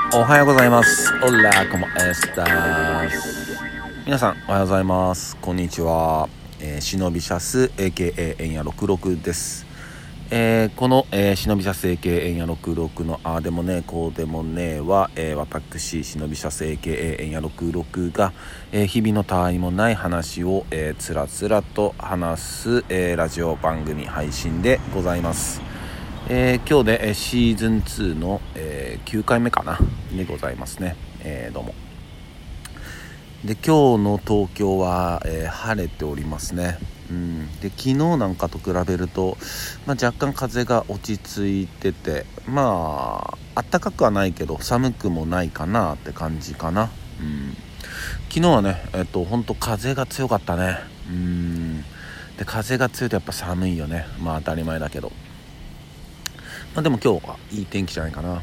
おはようございます。オラコモエスタス。皆さんおはようございます。こんにちは。忍びシャス AKA エンヤ66です。この、忍びシャス AKA エンヤ66のあーでもねこうでもねは、私忍びシャス AKA エンヤ66が、日々のたわいもない話を、つらつらと話す、ラジオ番組配信でございます。今日でシーズン2の、9回目かなでございますね。どうも。で今日の東京は、晴れておりますね。で昨日なんかと比べると、若干風が落ち着いてて、暖かくはないけど寒くもないかなって感じかな。昨日はね本当風が強かったね。で風が強いとやっぱ寒いよね。当たり前だけど、でも今日はいい天気じゃないかな。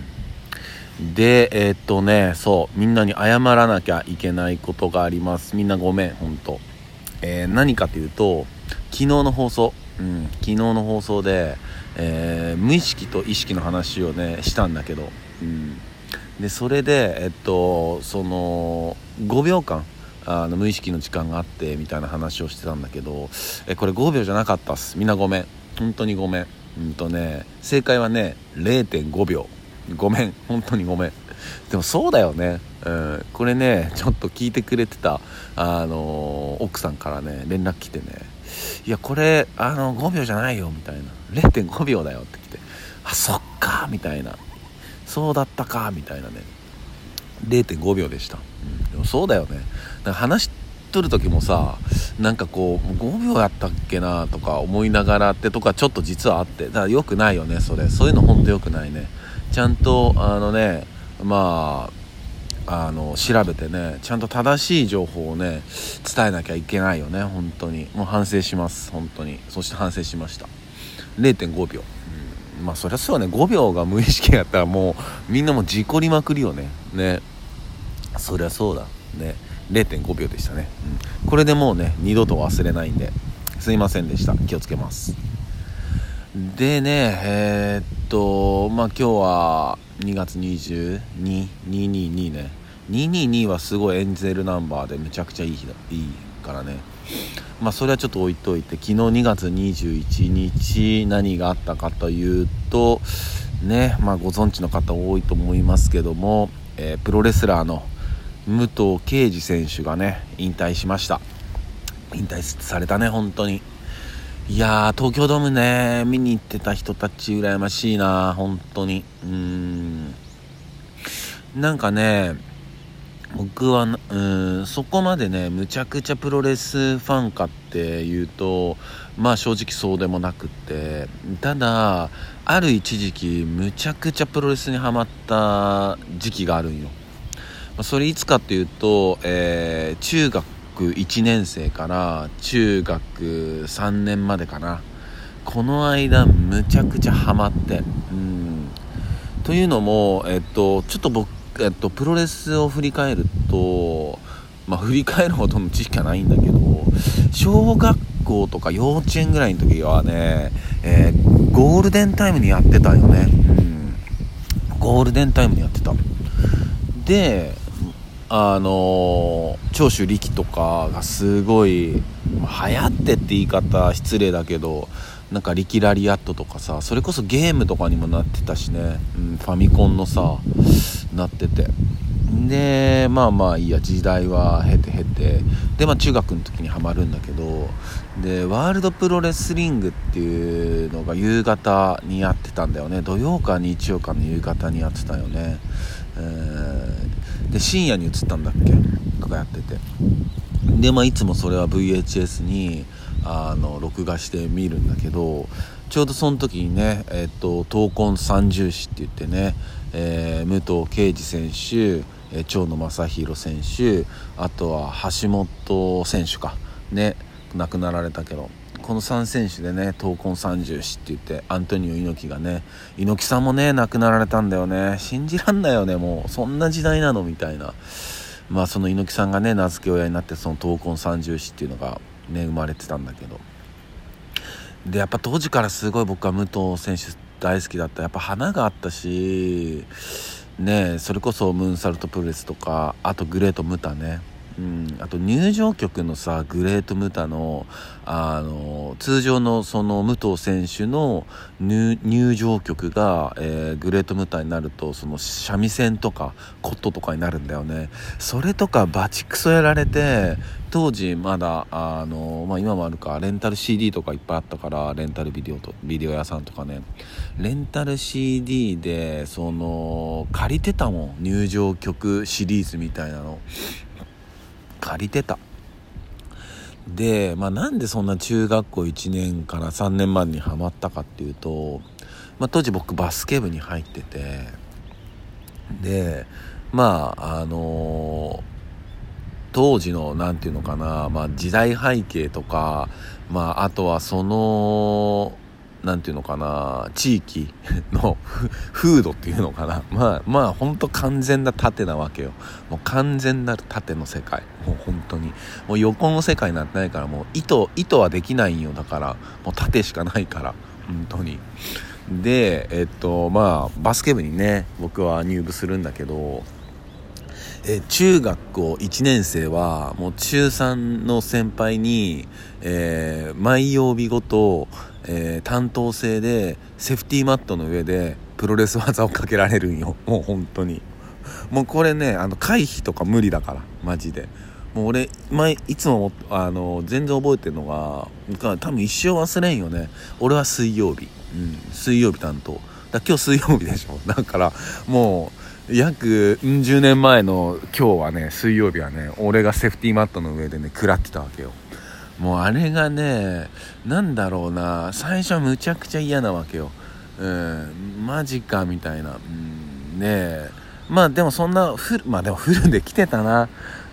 でそうみんなに謝らなきゃいけないことがあります。みんなごめん本当。何かというと昨日の放送で、無意識と意識の話をねしたんだけど、でそれでその5秒間無意識の時間があってみたいな話をしてたんだけど、これ5秒じゃなかったっす。みんなごめん本当にごめん。正解はね 0.5 秒。ごめん本当にごめん。でもそうだよね。これねちょっと聞いてくれてた奥さんからね連絡来てね、いやこれ5秒じゃないよみたいな、 0.5 秒だよって来て、あそっかみたいな、そうだったかみたいなね、 0.5 秒でした。でもそうだよね。だから話しとる時もさ、なんかこう5秒やったっけなとか思いながらってとかちょっと実はあって、だから良くないよね。そういうの本当良くないね。ちゃんと調べてね、ちゃんと正しい情報をね伝えなきゃいけないよね。本当にもう反省します本当に。そして反省しました。 0.5 秒。そりゃそうね。5秒が無意識やったらもうみんなも事故りまくりよね。そりゃそうだね。0.5 秒でしたね。これでもうね二度と忘れないんですいませんでした。気をつけます。でね今日は2月22、222ね。222はすごいエンゼルナンバーでめちゃくちゃいいからね。それはちょっと置いといて、昨日2月21日何があったかというとね、ご存知の方多いと思いますけども、プロレスラーの武藤敬司選手がね引退しました。引退されたね本当に。いやー東京ドームね見に行ってた人たち羨ましいな本当に。なんかね僕はそこまでねむちゃくちゃプロレスファンかっていうと正直そうでもなくって、ただある一時期むちゃくちゃプロレスにハマった時期があるんよ。それいつかっていうと、中学1年生から中学3年までかな。この間むちゃくちゃハマって、というのもちょっと僕プロレスを振り返ると、振り返るほどの知識はないんだけど、小学校とか幼稚園ぐらいの時はね、ゴールデンタイムにやってたよね。ゴールデンタイムにやってた。で長州力とかがすごい流行ってって言い方失礼だけど、なんかリキラリアットとかさ、それこそゲームとかにもなってたしね、ファミコンのさなってて、でいいや、時代は経てで中学の時にハマるんだけど、でワールドプロレスリングっていうのが夕方にやってたんだよね。土曜か日曜かの夕方にやってたよね。で深夜に移ったんだっけとかやってて、でいつもそれは VHS に録画して見るんだけど、ちょうどその時にね闘魂三重士って言ってね、武藤敬司選手、長野正弘選手、あとは橋本選手かね、亡くなられたけど、この3選手でね闘魂三重士って言って、アントニオ猪木がね、猪木さんもね亡くなられたんだよね。信じらんないよね。もうそんな時代なのみたいな。その猪木さんがね名付け親になって、その闘魂三重士っていうのがね生まれてたんだけど、でやっぱ当時からすごい僕は武藤選手大好きだった。やっぱ花があったしね、それこそムーンサルトプロレスとか、あとグレートムタね、あと入場曲のさ、グレートムタの通常のその武藤選手の入場曲が、グレートムタになると、その三味線とかコットとかになるんだよね。それとかバチクソやられて、当時まだ今もあるか、レンタル CD とかいっぱいあったから、レンタルビデオ屋さんとかね、レンタル CD でその借りてたもん、入場曲シリーズみたいなの借りてた。で、なんでそんな中学校1年から3年前にハマったかっていうと、当時僕バスケ部に入ってて、で当時のなんていうのかな、時代背景とか、あとはそのなんていうのかな、地域の風土っていうのかな、ほんと完全な縦なわけよ。もう完全なる縦の世界、もう本当にもう横の世界なんてないから、もう意図はできないんよ。だからもう縦しかないから、本当に。でバスケ部にね、僕は入部するんだけど、中学校1年生はもう中3の先輩に、毎曜日ごと、担当制でセーフティーマットの上でプロレス技をかけられるんよ。もう本当にもうこれね、回避とか無理だから、マジで。もう俺いつも全然覚えてるのが、多分一生忘れんよね。俺は水曜日担当だ。今日水曜日でしょ。だからもう約10年前の今日はね、水曜日はね、俺がセーフティーマットの上でね食らってたわけよ。もうあれがね、なんだろうな、最初はむちゃくちゃ嫌なわけよ。マジかみたいな。でもそんなでもフルで来てたな。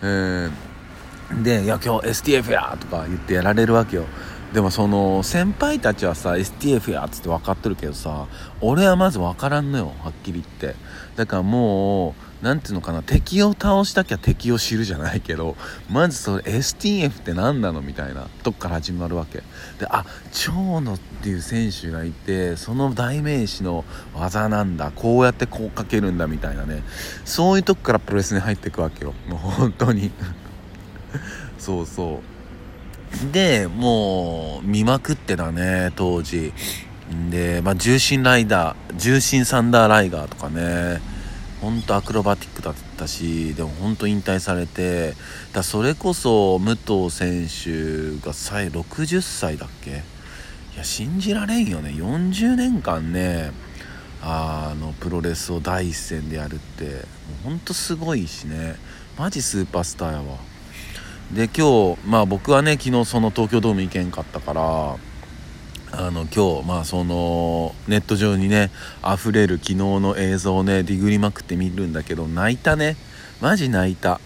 で、いや今日 STF やとか言ってやられるわけよ。でもその先輩たちはさ STF やっつって分かってるけどさ、俺はまず分からんのよ、はっきり言って。だからもうなんていうのかな、敵を倒したきゃ敵を知るじゃないけど、まずそれ STF って何なのみたいなとこから始まるわけで、長野っていう選手がいて、その代名詞の技なんだ、こうやってこうかけるんだみたいなね、そういうとこからプロレスに入っていくわけよ、もう本当にそうで、もう見まくってたね当時で、重心サンダーライガーとかね、ほんとアクロバティックだったし、でもほんと引退されて、それこそ武藤選手が60歳だっけ。いや信じられんよね、40年間ねプロレスを第一線でやるって、もうほんとすごいしね、マジスーパースターやわ。で今日僕はね、昨日その東京ドーム行けんかったから、今日そのネット上にね溢れる昨日の映像をねディグりまくって見るんだけど、泣いたね、マジ泣いた。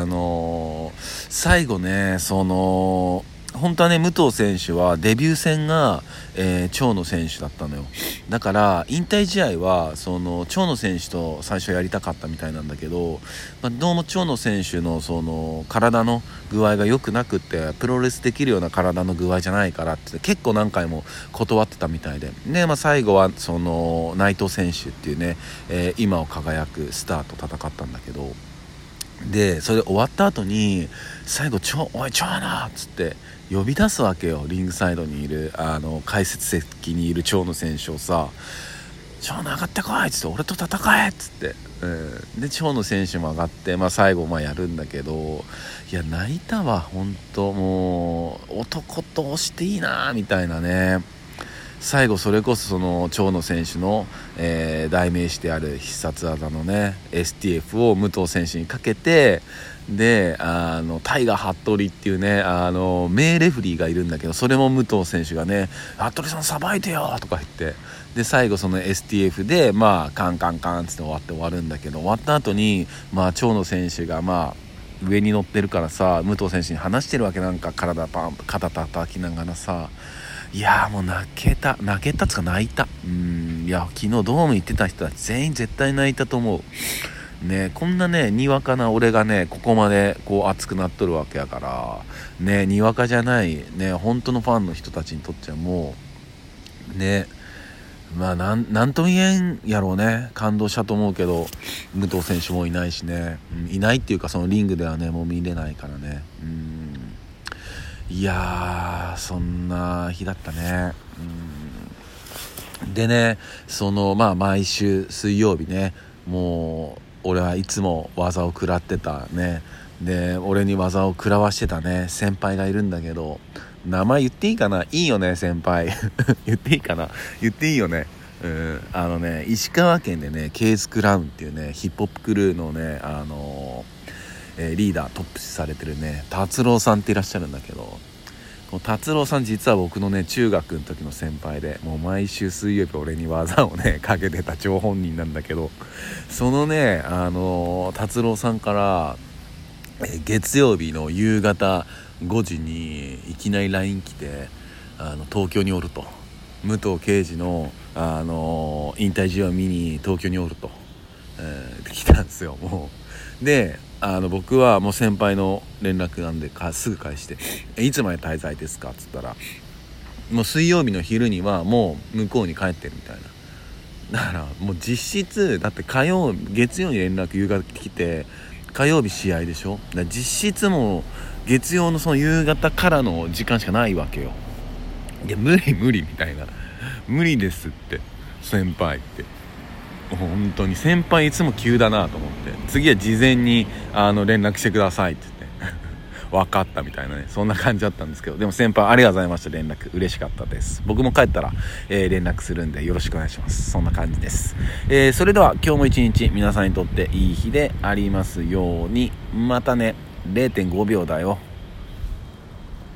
最後ね、その本当はね、武藤選手はデビュー戦が、長野選手だったのよ。だから引退試合はその長野選手と最初やりたかったみたいなんだけど、どうも長野選手のその体の具合が良くなくって、プロレスできるような体の具合じゃないからって結構何回も断ってたみたいで、最後はその内藤選手っていうね、今を輝くスターと戦ったんだけど、でそれで終わった後に最後おい長野っつって呼び出すわけよ、リングサイドにいる解説席にいる長野選手をさ、長野上がってこいっつって、俺と戦えっつって、で長野選手も上がって、最後やるんだけど、いや泣いたわ本当。もう男と押していいなみたいなね。最後それこそその長野選手の、代名詞である必殺技のね STF を武藤選手にかけて、でタイガー服部っていうね名レフリーがいるんだけど、それも武藤選手がね服部さんさばいてよとか言って、で最後その STF でカンカンカンって終わるんだけど、終わった後に長野選手が上に乗ってるからさ、武藤選手に話してるわけ、なんか肩叩きながらさ、いやもう泣けたっつか泣いた。いや昨日ドーム行ってた人は全員絶対泣いたと思うね。こんなねにわかな俺がねここまでこう熱くなっとるわけやからね、にわかじゃないね本当のファンの人たちにとってはもうね、 まあなんとも言えんやろうね。感動したと思うけど、武藤選手もいないしね、いないっていうかそのリングではねもう見れないからね。いやーそんな日だったね。でね、毎週水曜日ね、もう俺はいつも技を食らってたね。で俺に技を食らわしてたね先輩がいるんだけど、名前言っていいかな。いいよね先輩言っていいかな。言っていいよね。石川県でねケースクラウンっていうねヒップホップクルーのねリーダートップ視されてるね達郎さんっていらっしゃるんだけど、この達郎さん実は僕のね中学の時の先輩で、もう毎週水曜日俺に技をねかけてた張本人なんだけど、そのね達郎さんから月曜日の夕方5時にいきなり LINE 来て、東京におると、武藤敬司の、引退試合を見に東京におると、来たんですよ。もうで僕はもう先輩の連絡なんですぐ返していつまで滞在ですかっつったら、もう水曜日の昼にはもう向こうに帰ってるみたいな。だからもう実質だって月曜に連絡夕方来て火曜日試合でしょ。だから実質もう月曜のその夕方からの時間しかないわけよ。いや無理みたいな、無理ですって先輩って。本当に先輩いつも急だなと思って、次は事前に連絡してくださいって言って分かったみたいなね、そんな感じだったんですけど、でも先輩ありがとうございました。連絡嬉しかったです。僕も帰ったら、連絡するんでよろしくお願いします。そんな感じです。それでは今日も一日皆さんにとっていい日でありますように。またね。 0.5 秒だよ。